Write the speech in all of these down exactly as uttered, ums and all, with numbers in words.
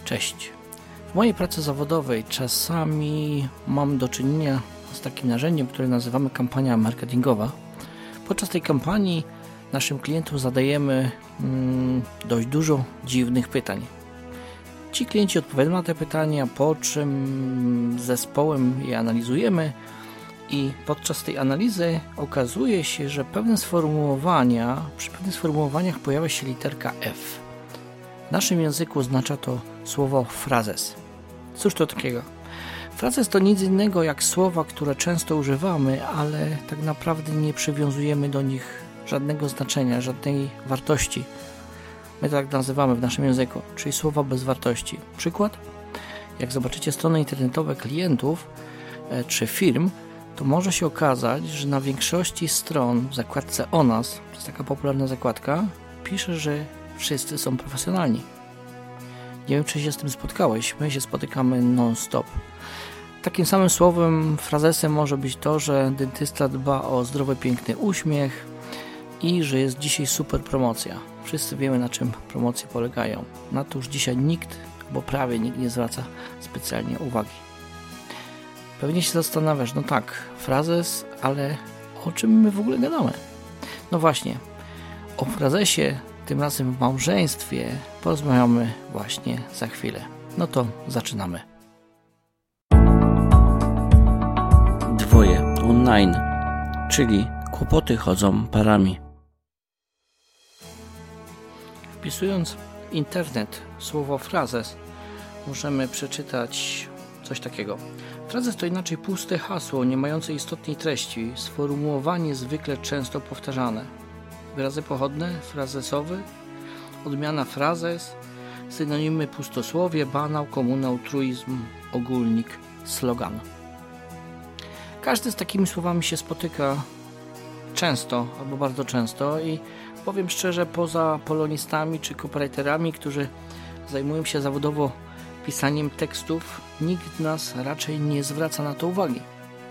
Cześć. W mojej pracy zawodowej czasami mam do czynienia z takim narzędziem, które nazywamy kampania marketingowa. Podczas tej kampanii naszym klientom zadajemy mm, dość dużo dziwnych pytań. Ci klienci odpowiadają na te pytania, po czym z zespołem je analizujemy i podczas tej analizy okazuje się, że pewne sformułowania, przy pewnych sformułowaniach pojawia się literka F. W naszym języku oznacza to słowo frazes. Cóż to takiego? Frazes to nic innego jak słowa, które często używamy, ale tak naprawdę nie przywiązujemy do nich żadnego znaczenia, żadnej wartości. My tak nazywamy w naszym języku, czyli słowa bez wartości. Przykład? Jak zobaczycie strony internetowe klientów e, czy firm, to może się okazać, że na większości stron w zakładce o nas, to jest taka popularna zakładka, pisze, że wszyscy są profesjonalni. Nie wiem, czy się z tym spotkałeś. My się spotykamy non-stop. Takim samym słowem, frazesem może być to, że dentysta dba o zdrowy, piękny uśmiech i że jest dzisiaj super promocja. Wszyscy wiemy, na czym promocje polegają. Na to już dzisiaj nikt, bo prawie nikt nie zwraca specjalnie uwagi. Pewnie się zastanawiasz, no tak, frazes, ale o czym my w ogóle gadamy? No właśnie, o frazesie, tym razem w małżeństwie, porozmawiamy właśnie za chwilę. No to zaczynamy. Dwoje online, czyli kłopoty chodzą parami. Wpisując w internet słowo frazes, możemy przeczytać coś takiego. Frazes to inaczej puste hasło, nie mające istotnej treści, sformułowanie zwykle często powtarzane. Wyrazy pochodne, frazesowy, odmiana frazes, synonimy pustosłowie, banał, komunał, truizm, ogólnik, slogan. Każdy z takimi słowami się spotyka często albo bardzo często i powiem szczerze, poza polonistami czy copywriterami, którzy zajmują się zawodowo pisaniem tekstów, nikt z nas raczej nie zwraca na to uwagi.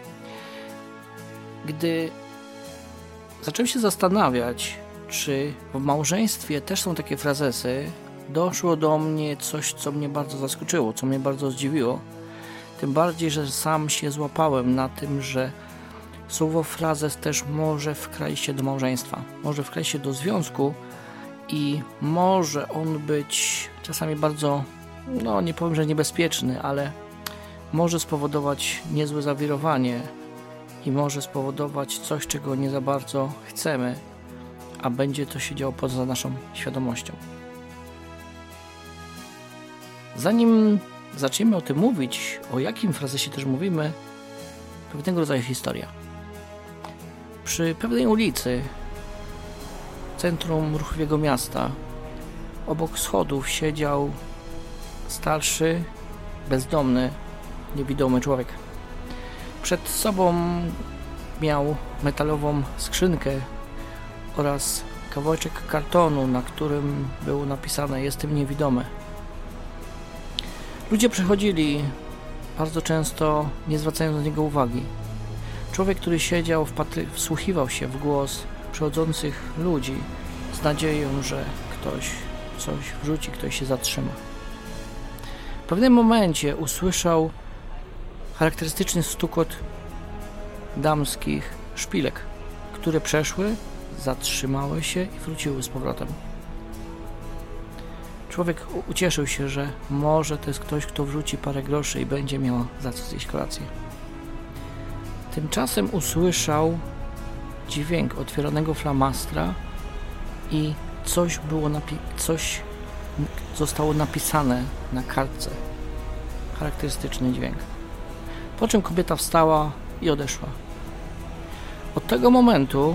Gdy zacząłem się zastanawiać, czy w małżeństwie też są takie frazesy, doszło do mnie coś, co mnie bardzo zaskoczyło, co mnie bardzo zdziwiło. Tym bardziej, że sam się złapałem na tym, że słowo frazes też może wkraść się do małżeństwa, może wkraść się do związku i może on być czasami bardzo, no nie powiem, że niebezpieczny, ale może spowodować niezłe zawirowanie i może spowodować coś, czego nie za bardzo chcemy, a będzie to się działo poza naszą świadomością. Zanim zaczniemy o tym mówić, o jakim frazesie też mówimy, pewnego rodzaju historia. Przy pewnej ulicy, w centrum ruchliwego miasta, obok schodów siedział starszy, bezdomny, niewidomy człowiek. Przed sobą miał metalową skrzynkę oraz kawałeczek kartonu, na którym było napisane: jestem niewidomy. Ludzie przychodzili, bardzo często nie zwracając na niego uwagi. Człowiek, który siedział, wpatry, wsłuchiwał się w głos przychodzących ludzi z nadzieją, że ktoś coś wrzuci, ktoś się zatrzyma. W pewnym momencie usłyszał charakterystyczny stukot damskich szpilek, które przeszły, zatrzymały się i wróciły z powrotem. Człowiek ucieszył się, że może to jest ktoś, kto wrzuci parę groszy i będzie miał za co zjeść kolację. Tymczasem usłyszał dźwięk otwieranego flamastra i coś było napi- coś zostało napisane na kartce. Charakterystyczny dźwięk. Po czym kobieta wstała i odeszła. Od tego momentu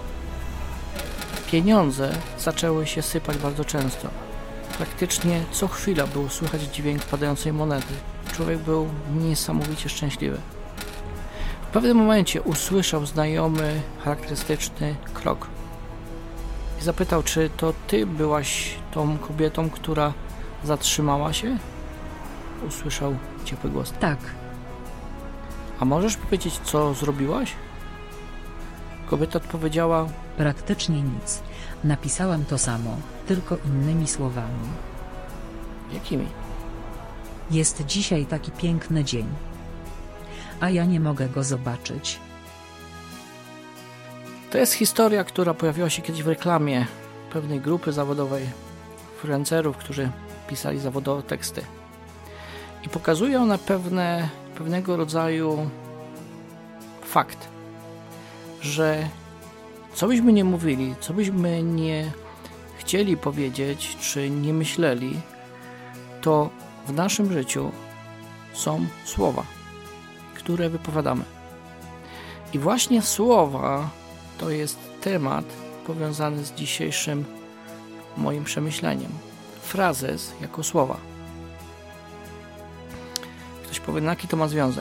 pieniądze zaczęły się sypać bardzo często. Praktycznie co chwila było słychać dźwięk padającej monety. Człowiek był niesamowicie szczęśliwy. W pewnym momencie usłyszał znajomy, charakterystyczny krok. I zapytał, czy to ty byłaś tą kobietą, która zatrzymała się? Usłyszał ciepły głos. Tak. A możesz powiedzieć, co zrobiłaś? Kobieta odpowiedziała: Praktycznie nic. Napisałam to samo, tylko innymi słowami. Jakimi? Jest dzisiaj taki piękny dzień. A ja nie mogę go zobaczyć. To jest historia, która pojawiła się kiedyś w reklamie pewnej grupy zawodowej freelancerów, którzy pisali zawodowo teksty. I pokazuje ona pewne, pewnego rodzaju fakt, że co byśmy nie mówili, co byśmy nie chcieli powiedzieć, czy nie myśleli, to w naszym życiu są słowa, które wypowiadamy. I właśnie słowa to jest temat powiązany z dzisiejszym moim przemyśleniem. Frazes jako słowa. Ktoś powie, na jaki to ma związek?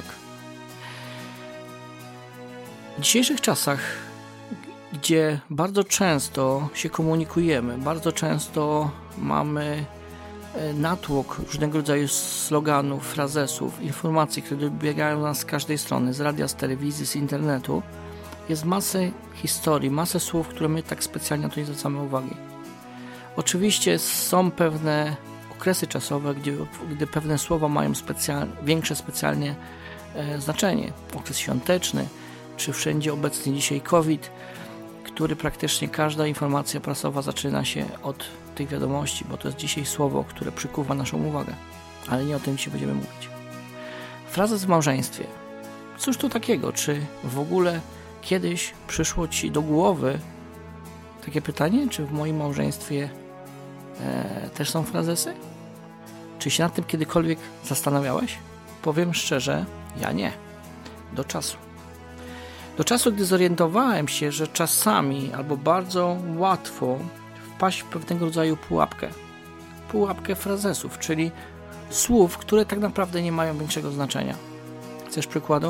W dzisiejszych czasach, gdzie bardzo często się komunikujemy, bardzo często mamy natłok różnego rodzaju sloganów, frazesów, informacji, które dobiegają nas z każdej strony, z radia, z telewizji, z internetu, jest masę historii, masę słów, które my tak specjalnie na to nie zwracamy uwagi. Oczywiście są pewne okresy czasowe, gdzie, gdy pewne słowa mają specjal, większe specjalnie e, znaczenie. Okres świąteczny, czy wszędzie obecny dzisiaj COVID, który praktycznie każda informacja prasowa zaczyna się od tych wiadomości, bo to jest dzisiaj słowo, które przykuwa naszą uwagę. Ale nie o tym dzisiaj będziemy mówić. Frazes w małżeństwie. Cóż to takiego? Czy w ogóle kiedyś przyszło Ci do głowy takie pytanie, czy w moim małżeństwie e, też są frazesy? Czy się nad tym kiedykolwiek zastanawiałeś? Powiem szczerze, ja nie. Do czasu. Do czasu, gdy zorientowałem się, że czasami albo bardzo łatwo wpaść w pewnego rodzaju pułapkę. Pułapkę frazesów, czyli słów, które tak naprawdę nie mają większego znaczenia. Chcesz przykładu?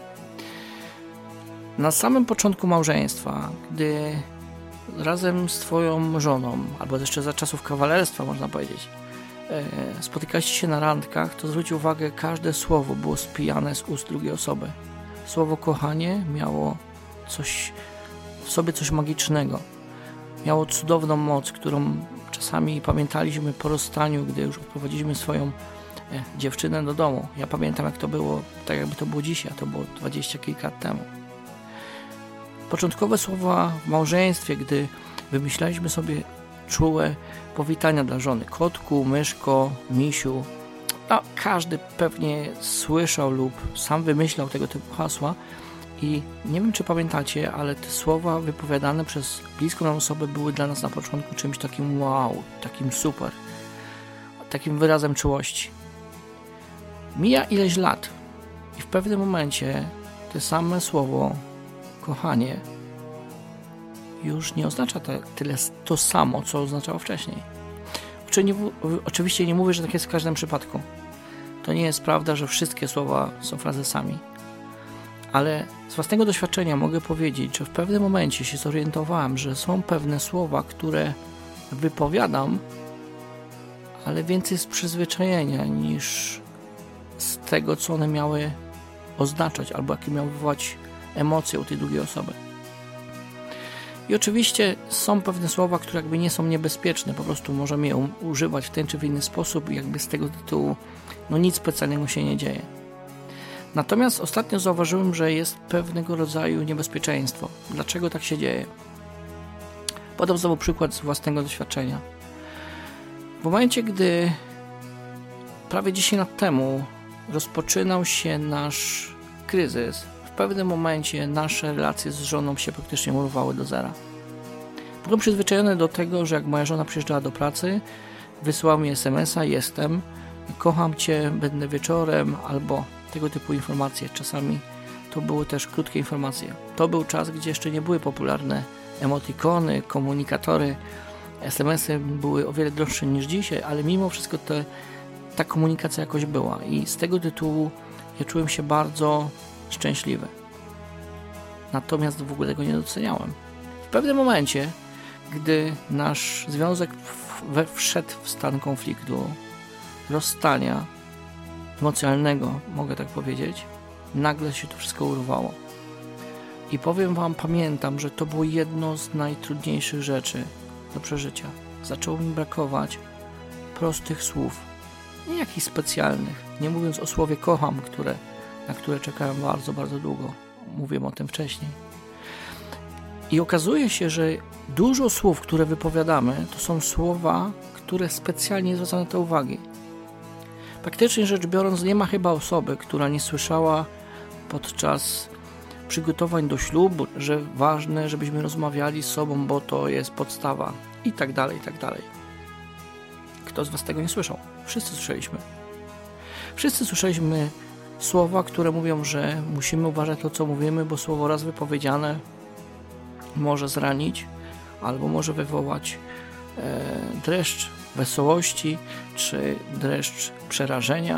Na samym początku małżeństwa, gdy razem z Twoją żoną, albo jeszcze za czasów kawalerstwa, można powiedzieć, spotykaliście się na randkach, to zwróć uwagę, każde słowo było spijane z ust drugiej osoby. Słowo kochanie miało coś w sobie, coś magicznego. Miało cudowną moc, którą czasami pamiętaliśmy po rozstaniu, gdy już odprowadziliśmy swoją e, dziewczynę do domu. Ja pamiętam, jak to było, tak jakby to było dzisiaj, a to było dwadzieścia kilka lat temu. Początkowe słowa w małżeństwie, gdy wymyślaliśmy sobie czułe powitania dla żony. Kotku, myszko, misiu. No, każdy pewnie słyszał lub sam wymyślał tego typu hasła i nie wiem, czy pamiętacie, ale te słowa wypowiadane przez bliską nam osobę były dla nas na początku czymś takim wow, takim super, takim wyrazem czułości. Mija ileś lat i w pewnym momencie to same słowo kochanie już nie oznacza te, tyle to samo, co oznaczało wcześniej. Oczywiście nie mówię, że tak jest w każdym przypadku. To nie jest prawda, że wszystkie słowa są frazesami. Ale z własnego doświadczenia mogę powiedzieć, że w pewnym momencie się zorientowałem, że są pewne słowa, które wypowiadam, ale więcej z przyzwyczajenia niż z tego, co one miały oznaczać, albo jakie miały wywołać emocje u tej drugiej osoby. I oczywiście są pewne słowa, które jakby nie są niebezpieczne, po prostu możemy je używać w ten czy w inny sposób i jakby z tego tytułu no nic specjalnego się nie dzieje. Natomiast ostatnio zauważyłem, że jest pewnego rodzaju niebezpieczeństwo. Dlaczego tak się dzieje? Podam znowu przykład z własnego doświadczenia. W momencie, gdy prawie dziesięć lat temu rozpoczynał się nasz kryzys, w pewnym momencie nasze relacje z żoną się praktycznie urwały do zera. Byłem przyzwyczajony do tego, że jak moja żona przyjeżdżała do pracy, wysyłała mi es em es a, jestem, kocham Cię, będę wieczorem, albo tego typu informacje. Czasami to były też krótkie informacje. To był czas, gdzie jeszcze nie były popularne emotikony, komunikatory. es em esy były o wiele droższe niż dzisiaj, ale mimo wszystko te, ta komunikacja jakoś była i z tego tytułu ja czułem się bardzo szczęśliwy. Natomiast w ogóle tego nie doceniałem. W pewnym momencie, gdy nasz związek w, wszedł w stan konfliktu, rozstania emocjonalnego, mogę tak powiedzieć, nagle się to wszystko urwało. I powiem Wam, pamiętam, że to było jedno z najtrudniejszych rzeczy do przeżycia. Zaczęło mi brakować prostych słów, nie jakichś specjalnych, nie mówiąc o słowie kocham, które, na które czekałem bardzo, bardzo długo. Mówiłem o tym wcześniej. I okazuje się, że dużo słów, które wypowiadamy, to są słowa, które specjalnie zwracają na to uwagi. Praktycznie rzecz biorąc, nie ma chyba osoby, która nie słyszała podczas przygotowań do ślubu, że ważne, żebyśmy rozmawiali z sobą, bo to jest podstawa i tak dalej, i tak dalej. Kto z was tego nie słyszał? Wszyscy słyszeliśmy. Wszyscy słyszeliśmy słowa, które mówią, że musimy uważać to, co mówimy, bo słowo raz wypowiedziane może zranić albo może wywołać e, dreszcz wesołości czy dreszcz przerażenia.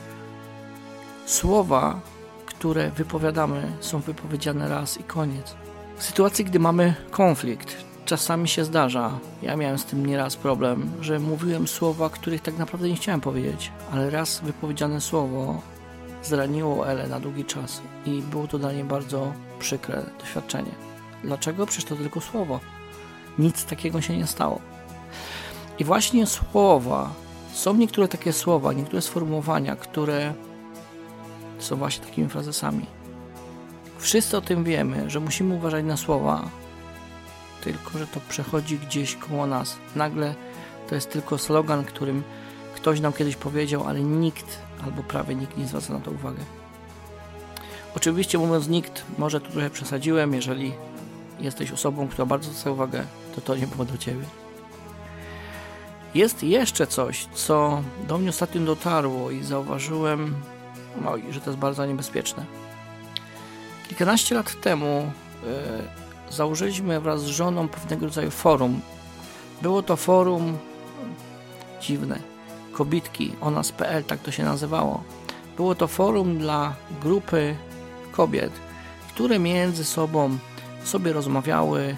Słowa, które wypowiadamy, są wypowiedziane raz i koniec. W sytuacji, gdy mamy konflikt, czasami się zdarza, ja miałem z tym nieraz problem, że mówiłem słowa, których tak naprawdę nie chciałem powiedzieć, ale raz wypowiedziane słowo zraniło Elę na długi czas i było to dla niej bardzo przykre doświadczenie. Dlaczego? Przecież to tylko słowo. Nic takiego się nie stało. I właśnie słowa, są niektóre takie słowa, niektóre sformułowania, które są właśnie takimi frazesami. Wszyscy o tym wiemy, że musimy uważać na słowa, tylko że to przechodzi gdzieś koło nas. Nagle to jest tylko slogan, którym ktoś nam kiedyś powiedział, ale nikt, albo prawie nikt nie zwraca na to uwagę. Oczywiście mówiąc nikt, może tu trochę przesadziłem, jeżeli jesteś osobą, która bardzo zwraca uwagę, to to nie było do ciebie. Jest jeszcze coś, co do mnie ostatnio dotarło i zauważyłem, no, że to jest bardzo niebezpieczne. Kilkanaście lat temu yy, założyliśmy wraz z żoną pewnego rodzaju forum. Było to forum dziwne, Kobitki, o nas kropka pe el, tak to się nazywało. Było to forum dla grupy kobiet, które między sobą sobie rozmawiały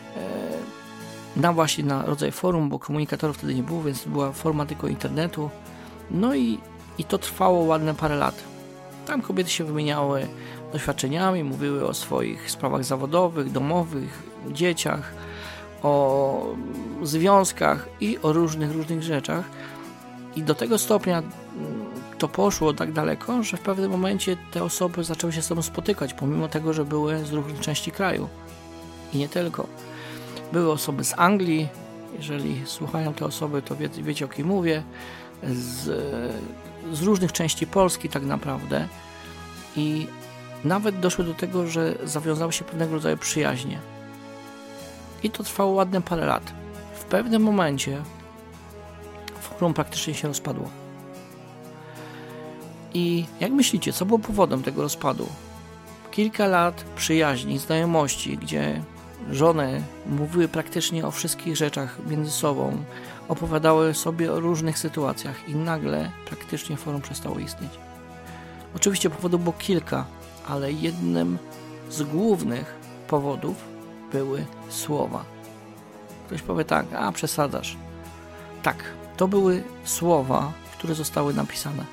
na właśnie na rodzaj forum, bo komunikatorów wtedy nie było, więc była forma tylko internetu. No i, i to trwało ładne parę lat. Tam kobiety się wymieniały doświadczeniami, mówiły o swoich sprawach zawodowych, domowych, dzieciach, o związkach i o różnych, różnych rzeczach. I do tego stopnia to poszło tak daleko, że w pewnym momencie te osoby zaczęły się ze sobą spotykać, pomimo tego, że były z różnych części kraju. I nie tylko. Były osoby z Anglii, jeżeli słuchają te osoby, to wie, wiecie o kim mówię, z, z różnych części Polski tak naprawdę. I nawet doszło do tego, że zawiązały się pewnego rodzaju przyjaźnie. I to trwało ładne parę lat. W pewnym momencie forum praktycznie się rozpadło. I jak myślicie, co było powodem tego rozpadu? Kilka lat przyjaźni, znajomości, gdzie żony mówiły praktycznie o wszystkich rzeczach między sobą, opowiadały sobie o różnych sytuacjach i nagle praktycznie forum przestało istnieć. Oczywiście powodów było kilka, ale jednym z głównych powodów były słowa. Ktoś powie tak, a przesadzasz. Tak, to były słowa, które zostały napisane.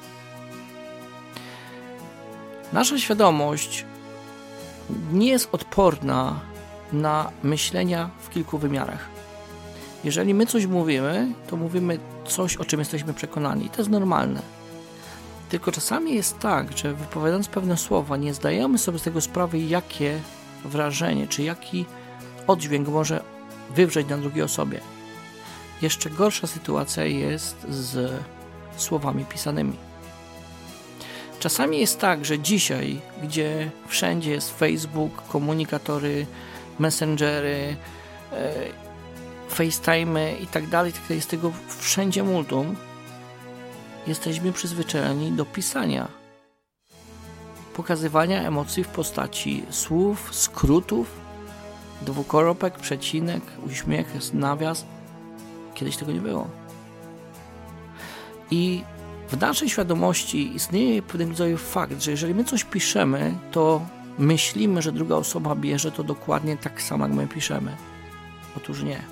Nasza świadomość nie jest odporna na myślenia w kilku wymiarach. Jeżeli my coś mówimy, to mówimy coś, o czym jesteśmy przekonani. To jest normalne. Tylko czasami jest tak, że wypowiadając pewne słowa, nie zdajemy sobie z tego sprawy, jakie wrażenie, czy jaki oddźwięk może wywrzeć na drugiej osobie. Jeszcze gorsza sytuacja jest z słowami pisanymi. Czasami jest tak, że dzisiaj, gdzie wszędzie jest Facebook, komunikatory, messengery, e, FaceTime i tak dalej, jest tego wszędzie multum, jesteśmy przyzwyczajeni do pisania, pokazywania emocji w postaci słów, skrótów, dwukropek, przecinek, uśmiech, nawias. Kiedyś tego nie było. I w naszej świadomości istnieje pewnego rodzaju fakt, że jeżeli my coś piszemy, to myślimy, że druga osoba bierze to dokładnie tak samo, jak my piszemy. Otóż nie.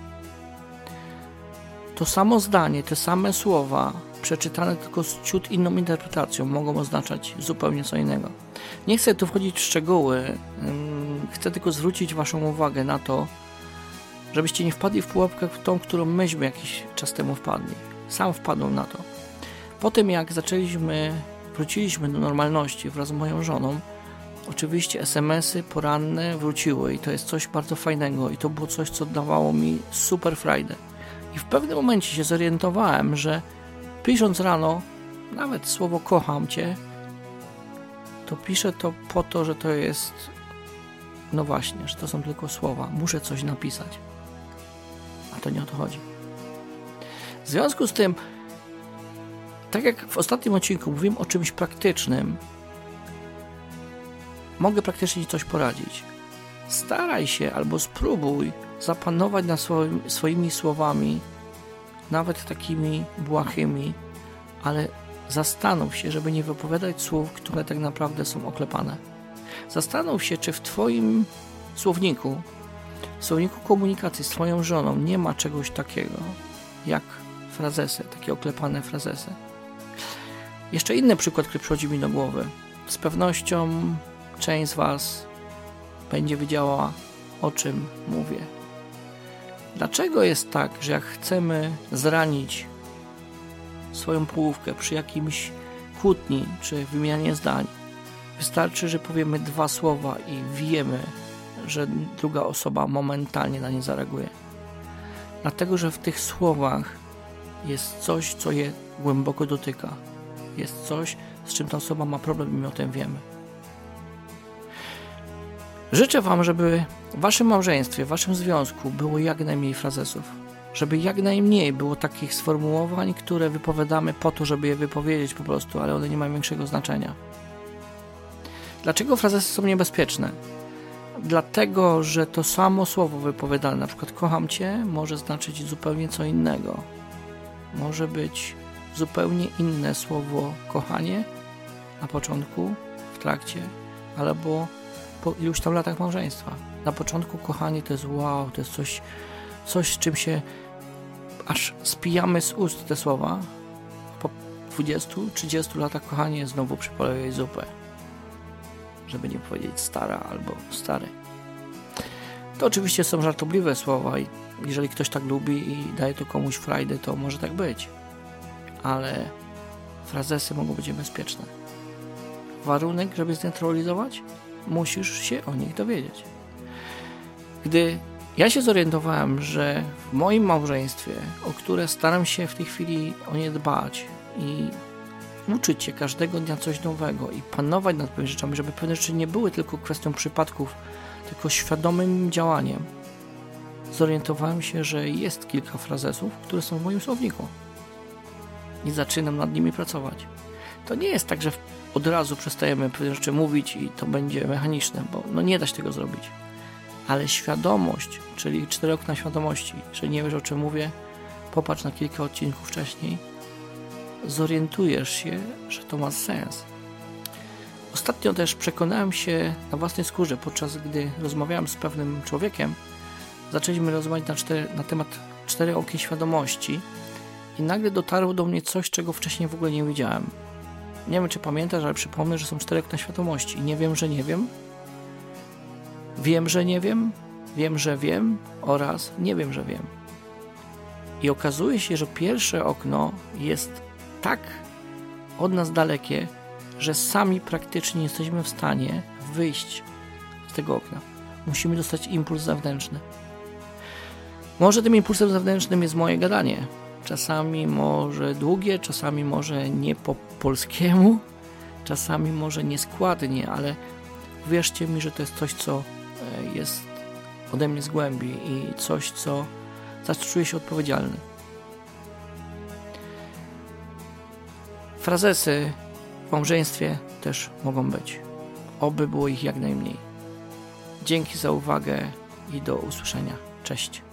To samo zdanie, te same słowa, przeczytane tylko z ciut inną interpretacją, mogą oznaczać zupełnie co innego. Nie chcę tu wchodzić w szczegóły, chcę tylko zwrócić waszą uwagę na to, żebyście nie wpadli w pułapkę w tą, którą myśmy jakiś czas temu wpadli. Sam wpadłem na to. Po tym jak zaczęliśmy, wróciliśmy do normalności wraz z moją żoną, oczywiście es em esy poranne wróciły i to jest coś bardzo fajnego i to było coś, co dawało mi super frajdę. I w pewnym momencie się zorientowałem, że pisząc rano nawet słowo kocham Cię, to piszę to po to, że to jest, no właśnie, że to są tylko słowa. Muszę coś napisać. A to nie o to chodzi. W związku z tym, tak jak w ostatnim odcinku mówiłem o czymś praktycznym, mogę praktycznie coś poradzić. Staraj się albo spróbuj zapanować nad swoim, swoimi słowami, nawet takimi błahymi, ale zastanów się, żeby nie wypowiadać słów, które tak naprawdę są oklepane. Zastanów się, czy w Twoim słowniku, w słowniku komunikacji z Twoją żoną nie ma czegoś takiego jak frazesy, takie oklepane frazesy. Jeszcze inny przykład, który przychodzi mi do głowy. Z pewnością część z Was będzie wiedziała, o czym mówię. Dlaczego jest tak, że jak chcemy zranić swoją połówkę przy jakimś kłótni czy wymianie zdań, wystarczy, że powiemy dwa słowa i wiemy, że druga osoba momentalnie na nie zareaguje? Dlatego, że w tych słowach jest coś, co je głęboko dotyka. Jest coś, z czym ta osoba ma problem i my o tym wiemy. Życzę Wam, żeby w Waszym małżeństwie, w Waszym związku było jak najmniej frazesów. Żeby jak najmniej było takich sformułowań, które wypowiadamy po to, żeby je wypowiedzieć po prostu, ale one nie mają większego znaczenia. Dlaczego frazesy są niebezpieczne? Dlatego, że to samo słowo wypowiadane, na przykład kocham Cię, może znaczyć zupełnie co innego. Może być zupełnie inne słowo kochanie na początku, w trakcie, albo po iluś tam latach małżeństwa. Na początku kochanie to jest wow, to jest coś, coś z czym się aż spijamy z ust te słowa. Po dwudziestu trzydziestu latach kochanie znowu przypaluje jej zupę. Żeby nie powiedzieć stara albo stary. To oczywiście są żartobliwe słowa i jeżeli ktoś tak lubi i daje to komuś frajdę, to może tak być. Ale frazesy mogą być niebezpieczne. Warunek, żeby zneutralizować? Musisz się o nich dowiedzieć. Gdy ja się zorientowałem, że w moim małżeństwie, o które staram się w tej chwili o nie dbać i uczyć się każdego dnia coś nowego i panować nad pewnymi rzeczami, żeby pewne rzeczy nie były tylko kwestią przypadków, tylko świadomym działaniem, zorientowałem się, że jest kilka frazesów, które są w moim słowniku i zaczynam nad nimi pracować. To nie jest tak, że od razu przestajemy pewne rzeczy mówić i to będzie mechaniczne, bo no nie da się tego zrobić. Ale świadomość, czyli cztery okna świadomości, jeżeli nie wiesz, o czym mówię, popatrz na kilka odcinków wcześniej, zorientujesz się, że to ma sens. Ostatnio też przekonałem się na własnej skórze, podczas gdy rozmawiałem z pewnym człowiekiem, zaczęliśmy rozmawiać na, cztery, na temat czterech okien świadomości i nagle dotarło do mnie coś, czego wcześniej w ogóle nie wiedziałem. Nie wiem, czy pamiętasz, ale przypomnę, że są cztery okna świadomości i nie wiem, że nie wiem, wiem, że nie wiem, wiem, że wiem oraz nie wiem, że wiem. I okazuje się, że pierwsze okno jest tak od nas dalekie, że sami praktycznie nie jesteśmy w stanie wyjść z tego okna. Musimy dostać impuls zewnętrzny. Może tym impulsem zewnętrznym jest moje gadanie. Czasami może długie, czasami może nie po polskiemu, czasami może nieskładnie, ale wierzcie mi, że to jest coś, co jest ode mnie z głębi i coś, co za co czuję się odpowiedzialny. Frazesy w małżeństwie też mogą być. Oby było ich jak najmniej. Dzięki za uwagę i do usłyszenia. Cześć.